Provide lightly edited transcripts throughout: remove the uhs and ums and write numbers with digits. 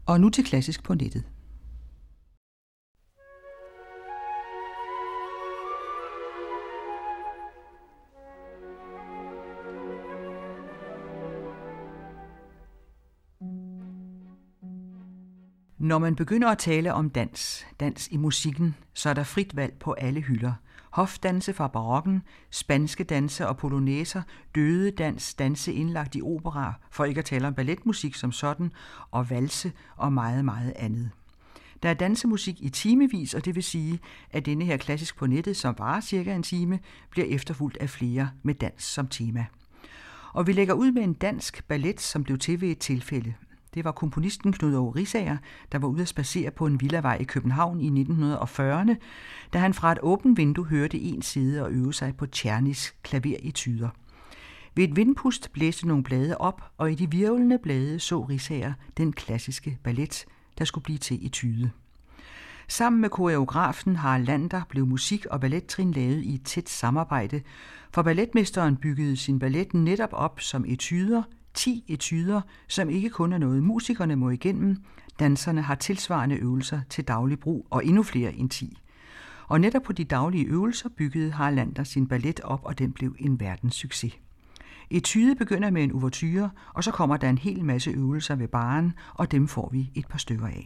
Og nu til klassisk på nettet. Når man begynder at tale om dans i musikken, så er der frit valg på alle hylder. Hofdanse fra barokken, spanske danse og polonæser, døde danse indlagt i opera, for ikke at tale om balletmusik som sådan, og valse og meget, meget andet. Der er dansemusik i timevis, og det vil sige, at denne her klassisk på nettet, som varer cirka en time, bliver efterfulgt af flere med dans som tema. Og vi lægger ud med en dansk ballet, som blev til ved et tilfælde. Det var komponisten Knud Aage Riisager, der var ude at spacere på en villavej i København i 1940'erne, da han fra et åbent vindue hørte en sidde og øve sig på Czernys klaveretuder. Ved et vindpust blæste nogle blade op, og i de hvirvlende blade så Riisager den klassiske ballet, der skulle blive til etude. Sammen med koreografen Harald Lander blev musik- og ballettrin lavet i et tæt samarbejde, for balletmesteren byggede sin ballet netop op som etuder, 10 etuder, som ikke kun er noget musikerne må igennem. Danserne har tilsvarende øvelser til daglig brug, og endnu flere end 10. Og netop på de daglige øvelser byggede Harald Lander sin ballet op, og den blev en verdenssucces. Etude begynder med en ouverture, og så kommer der en hel masse øvelser ved baren, og dem får vi et par stykker af.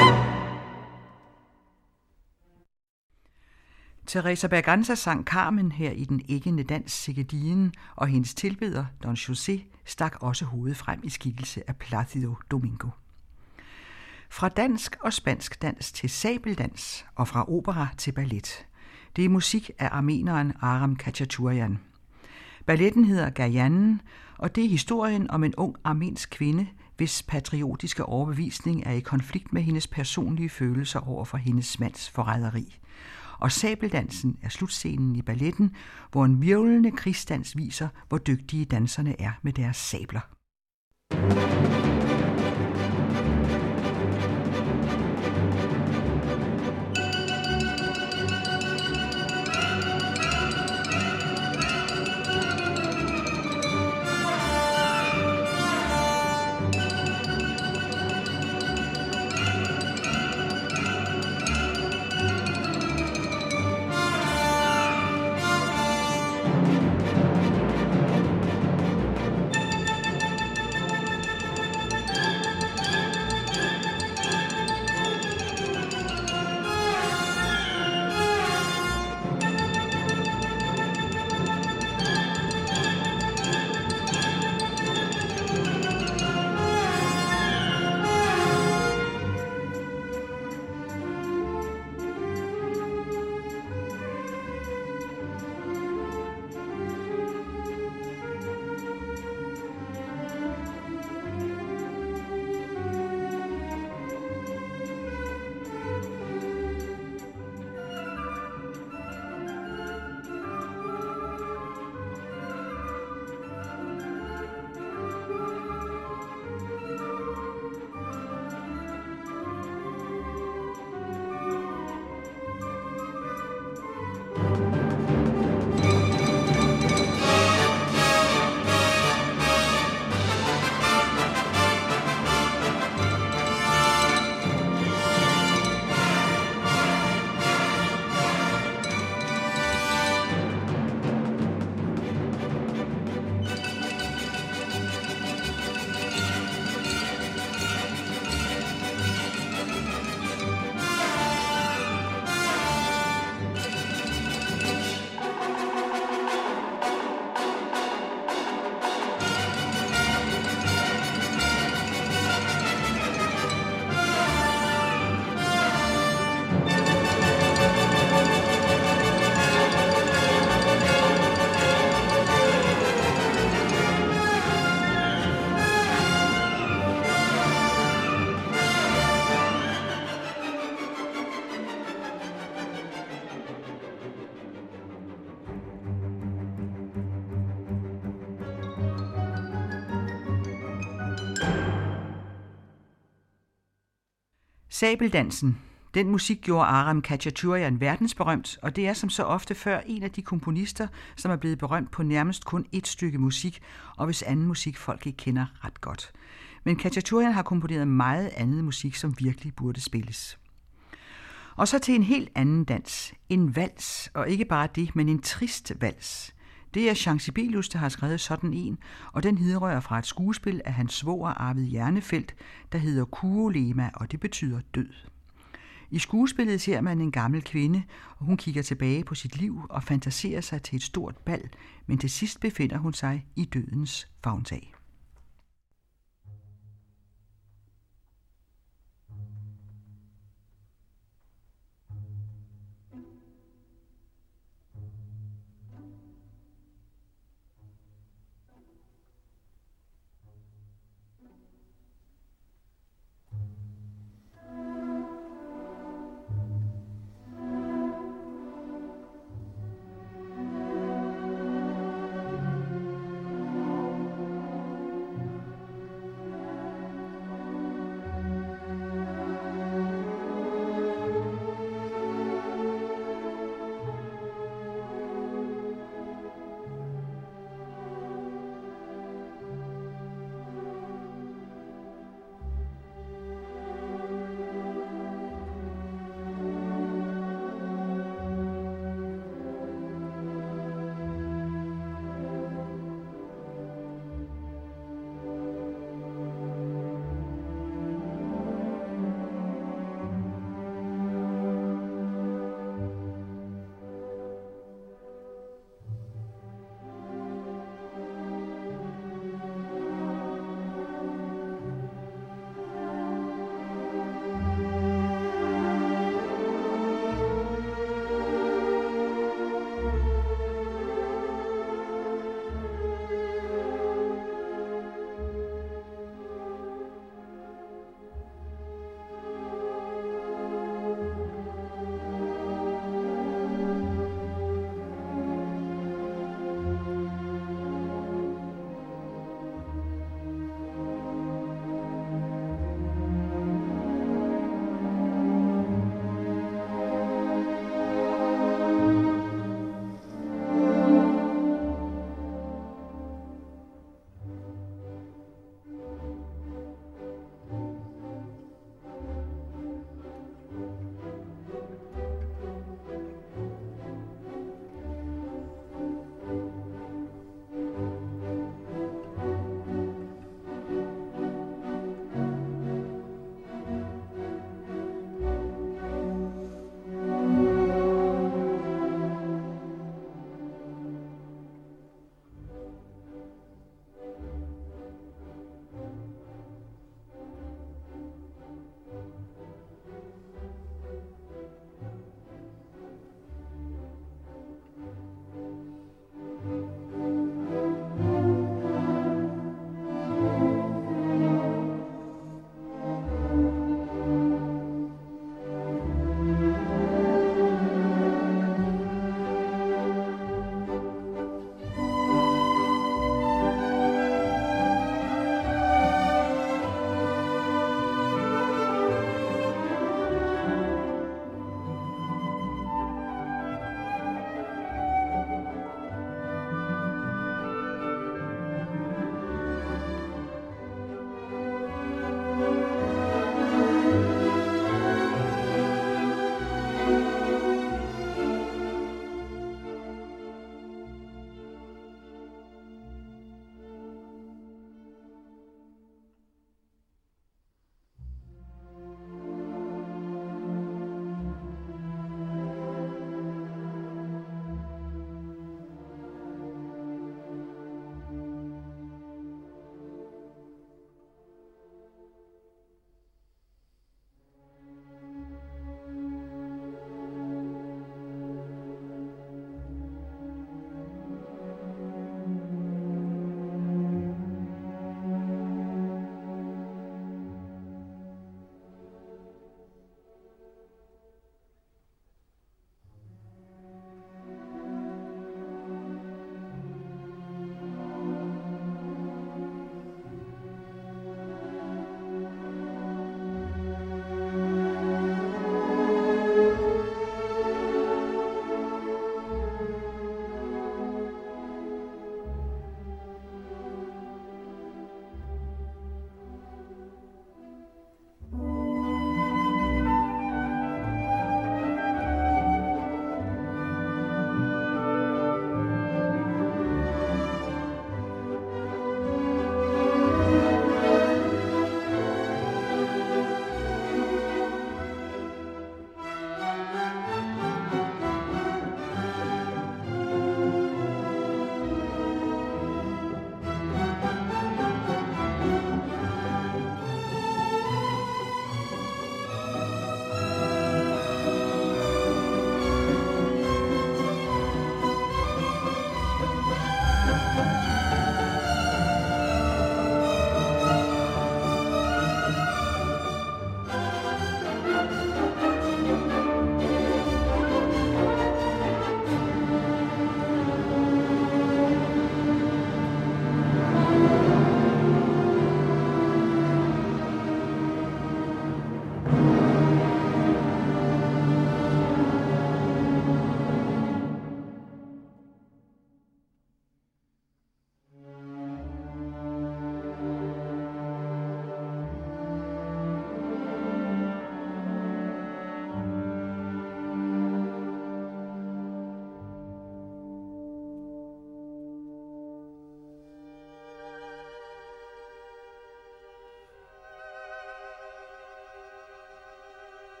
Teresa Berganza sang Carmen her i den æggende dans Sigedien, og hendes tilbeder, Don José, stak også hovedet frem i skikkelse af Plácido Domingo. Fra dansk og spansk dans til sabeldans, og fra opera til ballet. Det er musik af armeneren Aram Khachaturian. Balletten hedder Gayanen, og det er historien om en ung armensk kvinde, hvis patriotiske overbevisning er i konflikt med hendes personlige følelser over for hendes mands forræderi. Og sabeldansen er slutscenen i balletten, hvor en hvirvlende krigsdans viser, hvor dygtige danserne er med deres sabler. Sabeldansen. Den musik gjorde Aram Khachaturian verdensberømt, og det er som så ofte før en af de komponister, som er blevet berømt på nærmest kun ét stykke musik, og hvis anden musik folk ikke kender ret godt. Men Khachaturian har komponeret meget andet musik, som virkelig burde spilles. Og så til en helt anden dans. En vals, og ikke bare det, men en trist vals. Det er Jean Sibelius, der har skrevet sådan en, og den hidrører fra et skuespil af hans svoger Arvid Hjernefeldt, der hedder Kuolema, og det betyder død. I skuespillet ser man en gammel kvinde, og hun kigger tilbage på sit liv og fantaserer sig til et stort bal, men til sidst befinder hun sig i dødens favntag.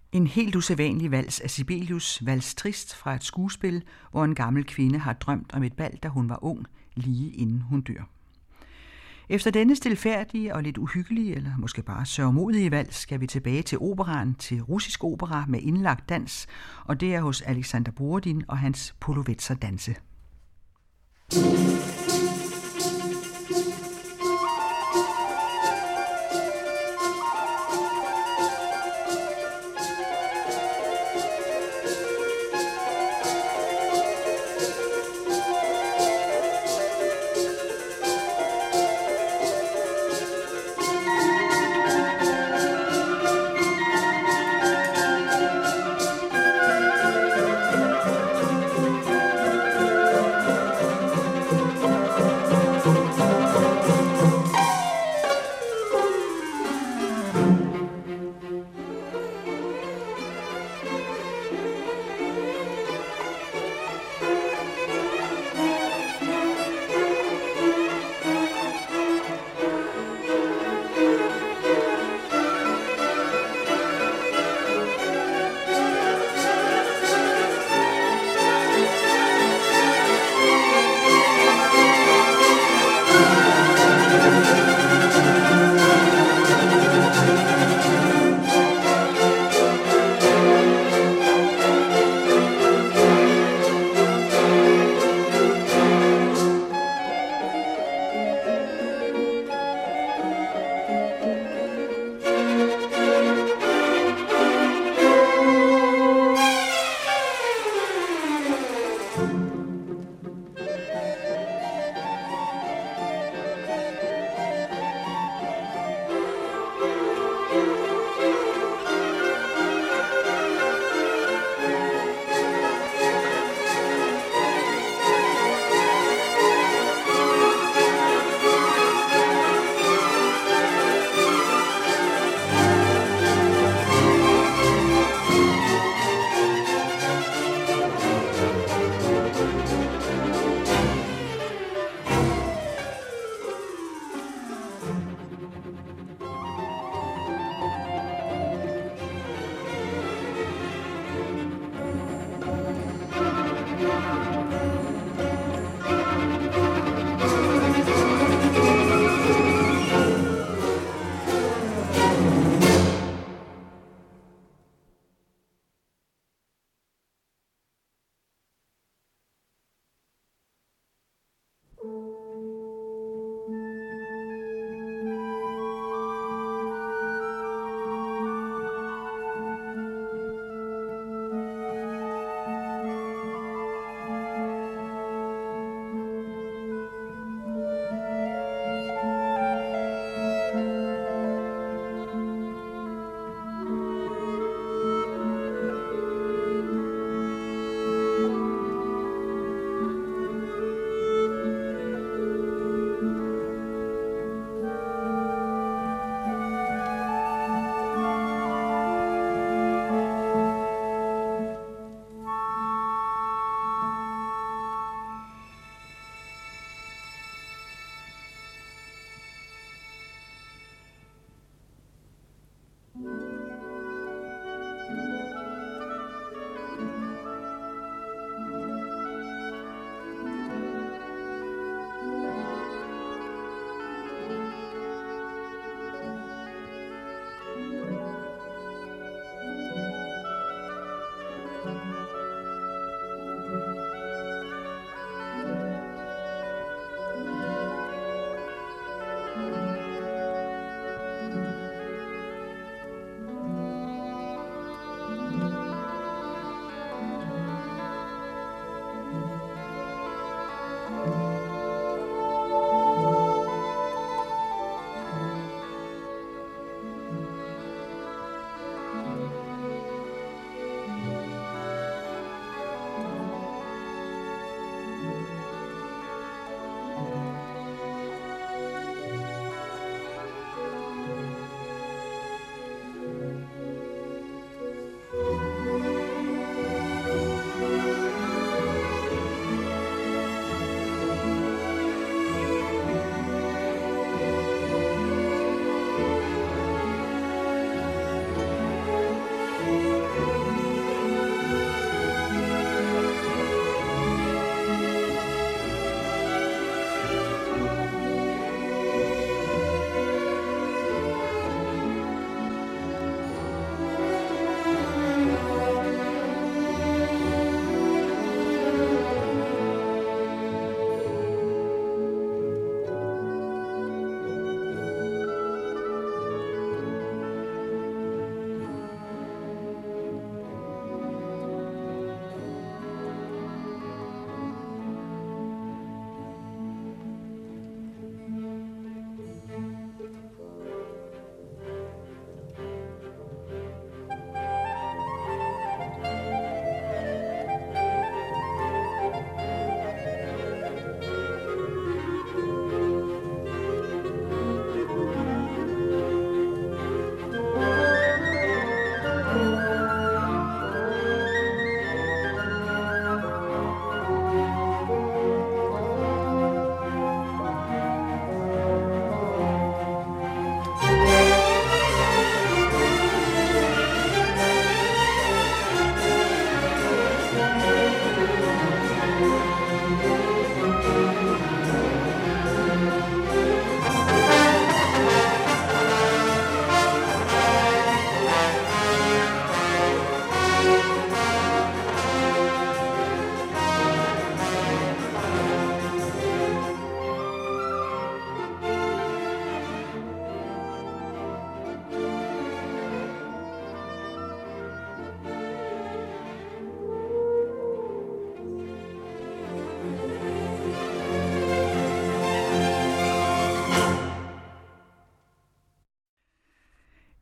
En helt usædvanlig vals af Sibelius, Vals Trist, fra et skuespil, hvor en gammel kvinde har drømt om et bal, da hun var ung, lige inden hun dør. Efter denne stilfærdige og lidt uhyggelige, eller måske bare sørgmodige vals, skal vi tilbage til operaen, til russisk opera med indlagt dans, og det er hos Alexander Borodin og hans Polovetser-danse.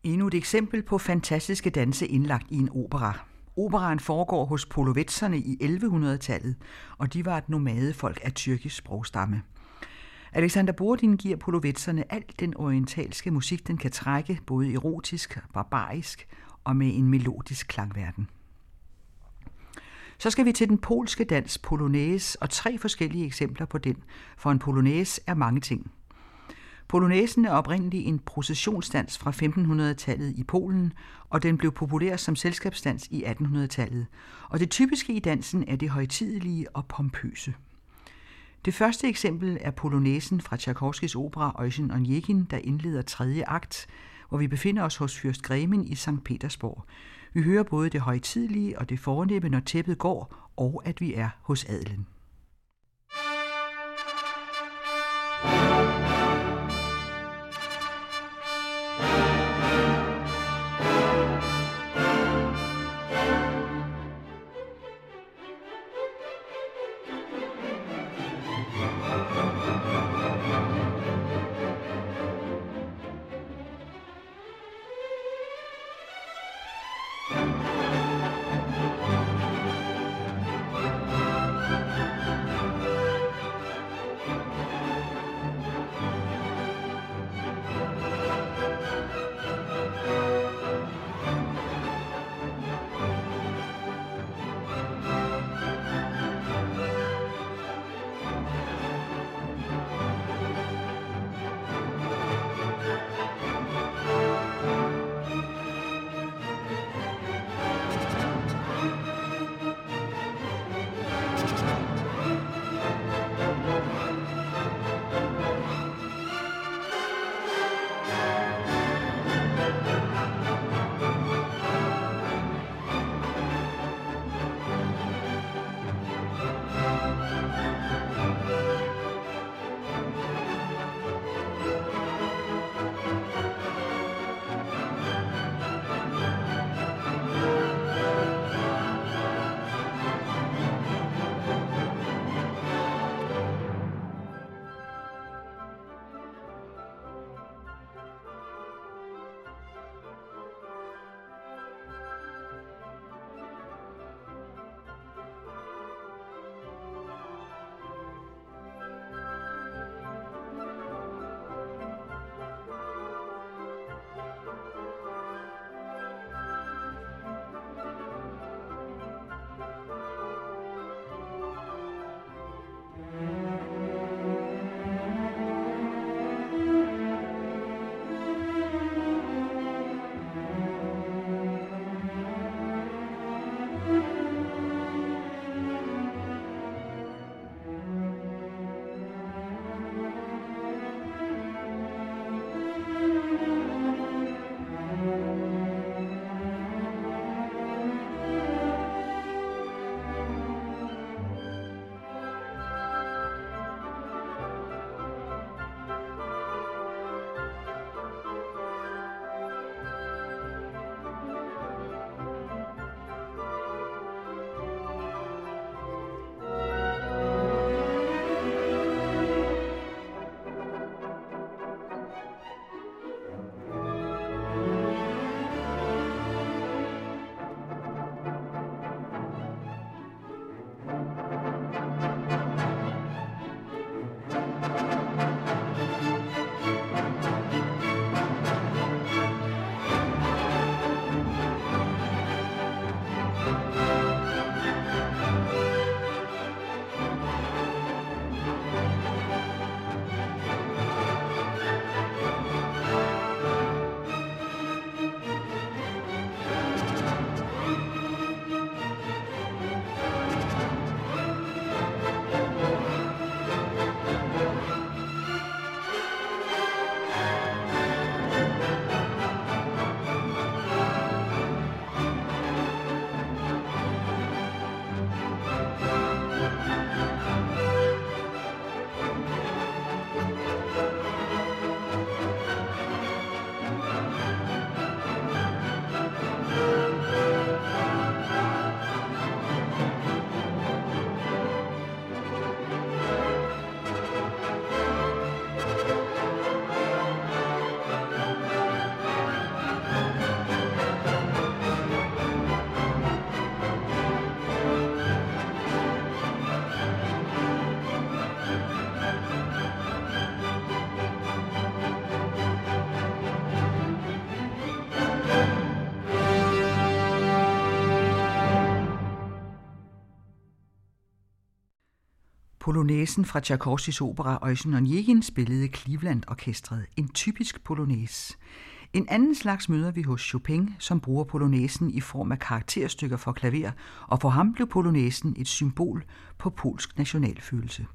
Endnu et eksempel på fantastiske danse indlagt i en opera. Operaen foregår hos polovetserne i 1100-tallet, og de var et nomadefolk af tyrkisk sprogstamme. Alexander Borodin giver polovetserne al den orientalske musik, den kan trække, både erotisk, barbarisk og med en melodisk klangverden. Så skal vi til den polske dans polonaise og 3 forskellige eksempler på den, for en polonaise er mange ting. Polonæsen er oprindeligt en processionsdans fra 1500-tallet i Polen, og den blev populær som selskabsdans i 1800-tallet. Og det typiske i dansen er det højtidelige og pompøse. Det første eksempel er polonæsen fra Tchaikovskys opera Eugen Onegin, der indleder 3. akt, hvor vi befinder os hos fyrst Gremin i Sankt Petersborg. Vi hører både det højtidelige og det fornemme, når tæppet går, og at vi er hos adelen. Polonæsen fra Tchaikovskys opera Eugen Onegin spillede Cleveland Orkestret, en typisk polonæse. En anden slags møder vi hos Chopin, som bruger polonæsen i form af karakterstykker for klaver, og for ham blev polonæsen et symbol på polsk nationalfølelse.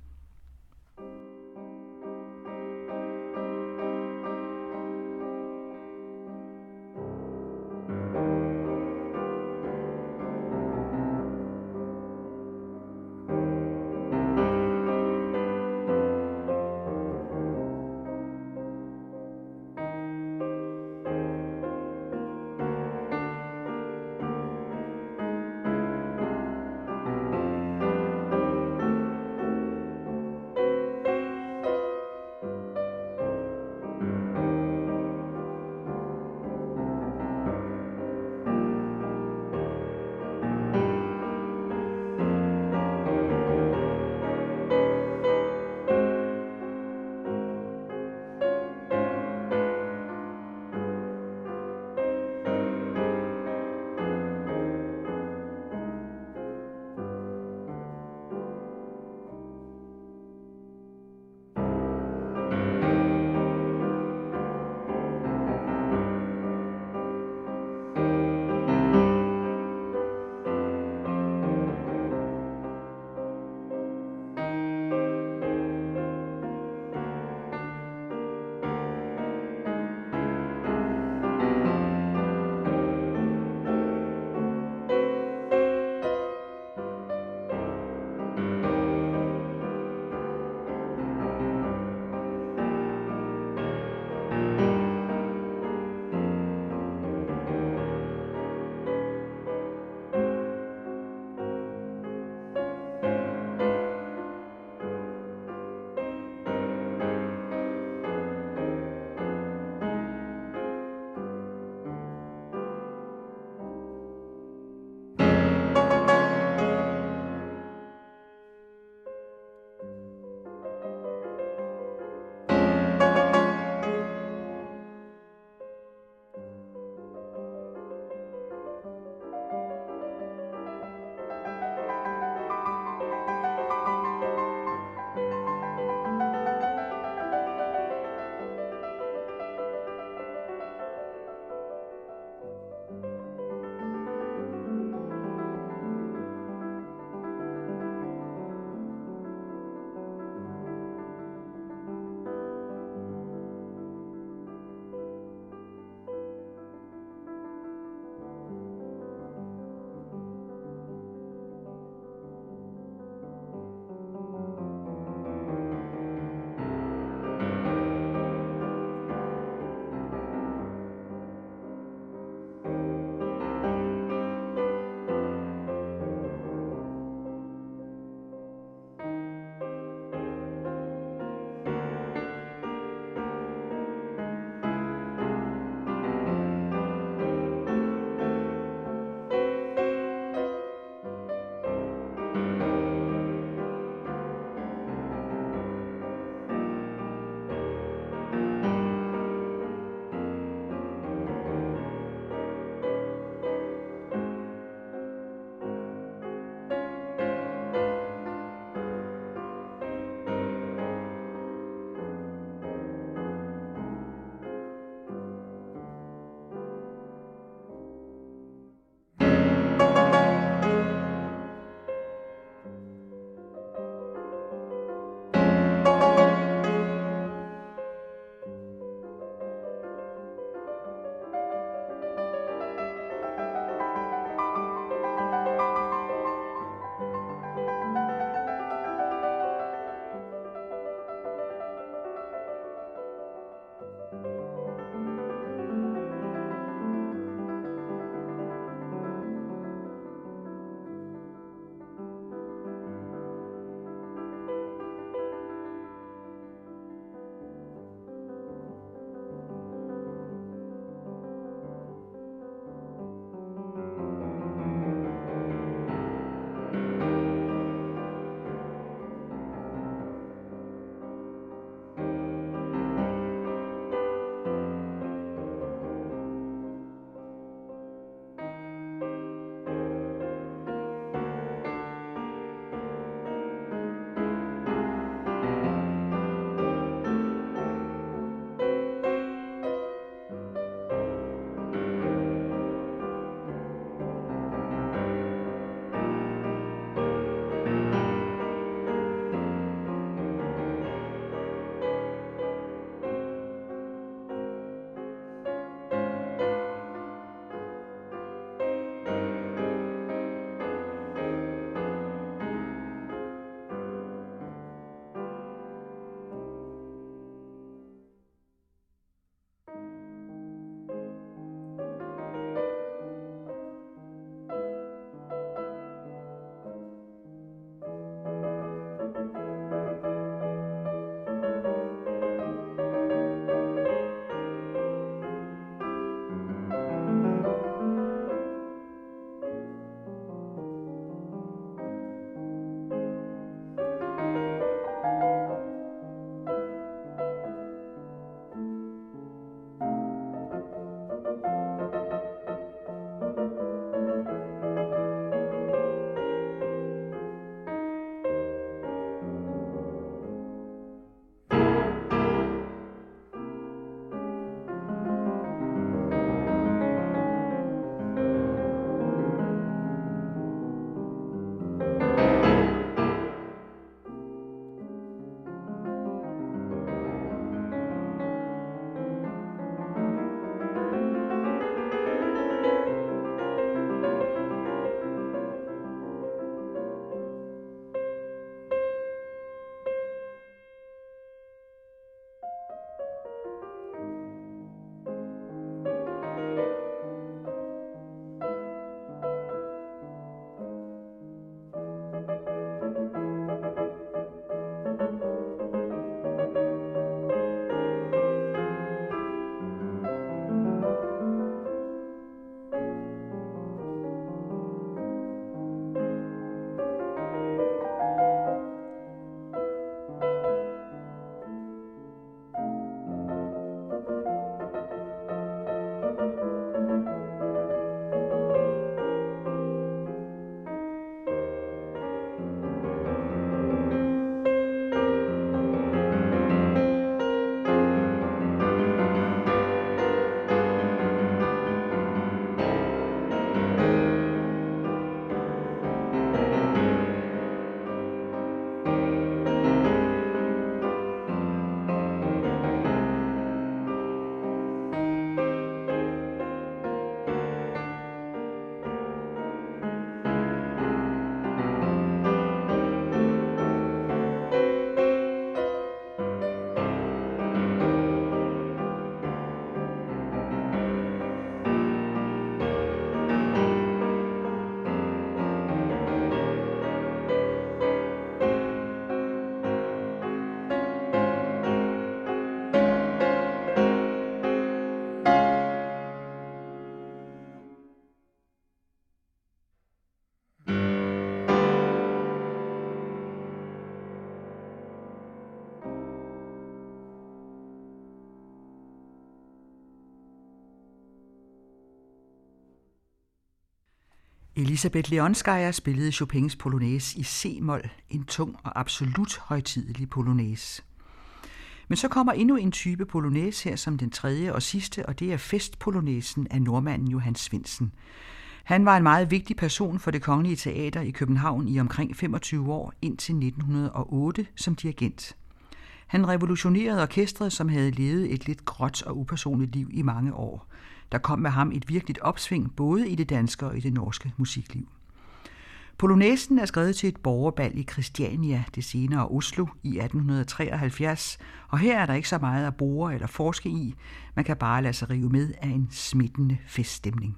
Elisabeth Leonskaya spillede Chopins Polonaise i C-mol, en tung og absolut højtidelig polonaise. Men så kommer endnu en type polonaise her som den tredje og sidste, og det er festpolonæsen af nordmanden Johann Svendsen. Han var en meget vigtig person for Det Kongelige Teater i København i omkring 25 år indtil 1908 som dirigent. Han revolutionerede orkestret, som havde levet et lidt gråt og upersonligt liv i mange år. Der kom med ham et virkeligt opsving både i det danske og i det norske musikliv. Polonæsen er skrevet til et borgerbal i Christiania, det senere Oslo, i 1873, og her er der ikke så meget at bore eller forske i. Man kan bare lade sig rive med af en smittende feststemning.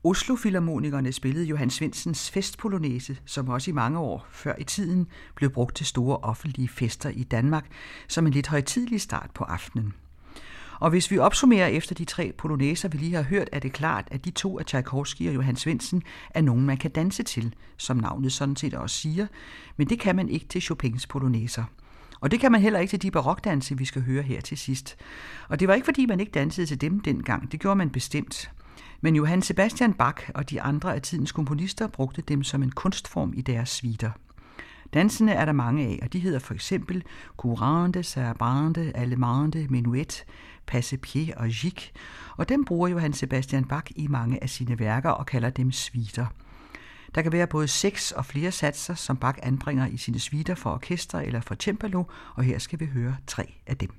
Oslo-filharmonikerne spillede Johan Svendsens festpolonaise, som også i mange år før i tiden blev brugt til store offentlige fester i Danmark, som en lidt højtidelig start på aftenen. Og hvis vi opsummerer efter de 3 polonæser, vi lige har hørt, er det klart, at de 2 af Tchaikovsky og Johan Svendsen er nogen, man kan danse til, som navnet sådan set også siger, men det kan man ikke til Chopins polonæser. Og det kan man heller ikke til de barokdanse, vi skal høre her til sidst. Og det var ikke, fordi man ikke dansede til dem dengang, det gjorde man bestemt. Men Johann Sebastian Bach og de andre af tidens komponister brugte dem som en kunstform i deres suiter. Dansene er der mange af, og de hedder for eksempel courante, sarabande, allemande, menuet, passepied og gigue, og dem bruger Johann Sebastian Bach i mange af sine værker og kalder dem suiter. Der kan være både 6 og flere satser, som Bach anbringer i sine suiter for orkester eller for cembalo, og her skal vi høre 3 af dem.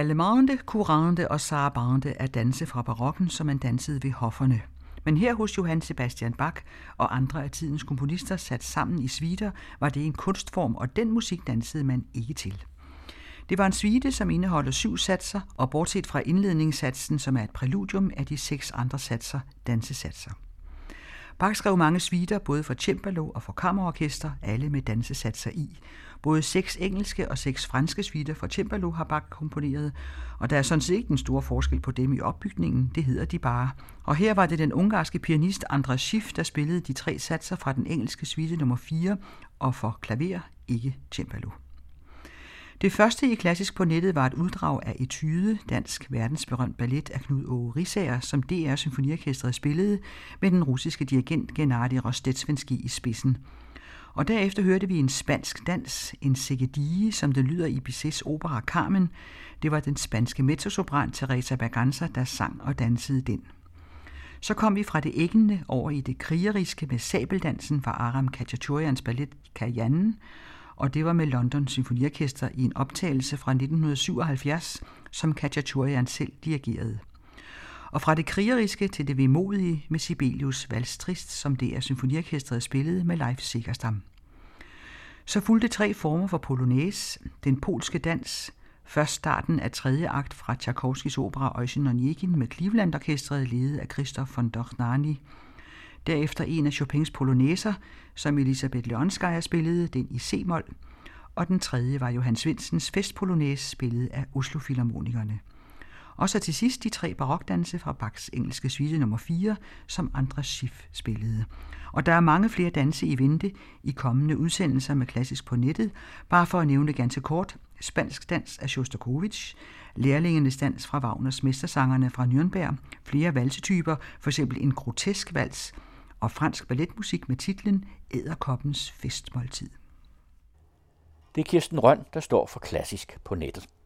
Allemande, courante og sarabande er danse fra barokken, som man dansede ved hofferne. Men her hos Johann Sebastian Bach og andre af tidens komponister sat sammen i suiter, var det en kunstform, og den musik dansede man ikke til. Det var en suite, som indeholder 7 satser, og bortset fra indledningssatsen, som er et præludium, er de 6 andre satser dansesatser. Bach skrev mange suiter, både for cembalo og for kammerorkester, alle med dansesatser i. Både 6 engelske og 6 franske suiter for cembalo har Bach komponeret, og der er sådan set ikke den store forskel på dem i opbygningen, det hedder de bare. Og her var det den ungarske pianist Andras Schiff, der spillede de 3 satser fra den engelske suite nummer 4, og for klaver, ikke cembalo. Det første i Klassisk på nettet var et uddrag af Etude, dansk verdensberømt ballet af Knud Aage Riisager, som DR Symfoniorkestret spillede med den russiske dirigent Gennady Rostetsvenskij i spidsen. Og derefter hørte vi en spansk dans, en segedie, som det lyder i Bizets opera Carmen. Det var den spanske mezzosopran Teresa Berganza, der sang og dansede den. Så kom vi fra det æggende over i det krigeriske med sabeldansen fra Aram Khachaturians ballet Kajanen, og det var med London Symfoniorkester i en optagelse fra 1977, som Khachaturian selv dirigerede. Og fra det krigeriske til det vemodige med Sibelius' Vals Trist, som DR Symfoniorkestret spillede med Leif Segerstam. Så fulgte 3 former for polonaise, den polske dans, først starten af 3. akt fra Tchaikovskys opera Eugen Onegin med Cleveland-orkestret ledet af Christoph von Dohnányi, derefter en af Chopins polonaiser, som Elisabeth Leonskaya spillede, den i c-mol, og den 3. var Johann Svendsens festpolonaise spillet af Oslo Filharmonikerne. Og så til sidst de 3 barokdanse fra Bachs engelske suite nummer 4, som Andras Schiff spillede. Og der er mange flere danse i vente i kommende udsendelser med Klassisk på nettet, bare for at nævne ganske kort: spansk dans af Sjostakovitj, lærlingenes dans fra Wagners Mestersangerne fra Nürnberg, flere valsetyper, f.eks. en grotesk vals, og fransk balletmusik med titlen Edderkoppens festmåltid. Det er Kirsten Rønn, der står for Klassisk på nettet.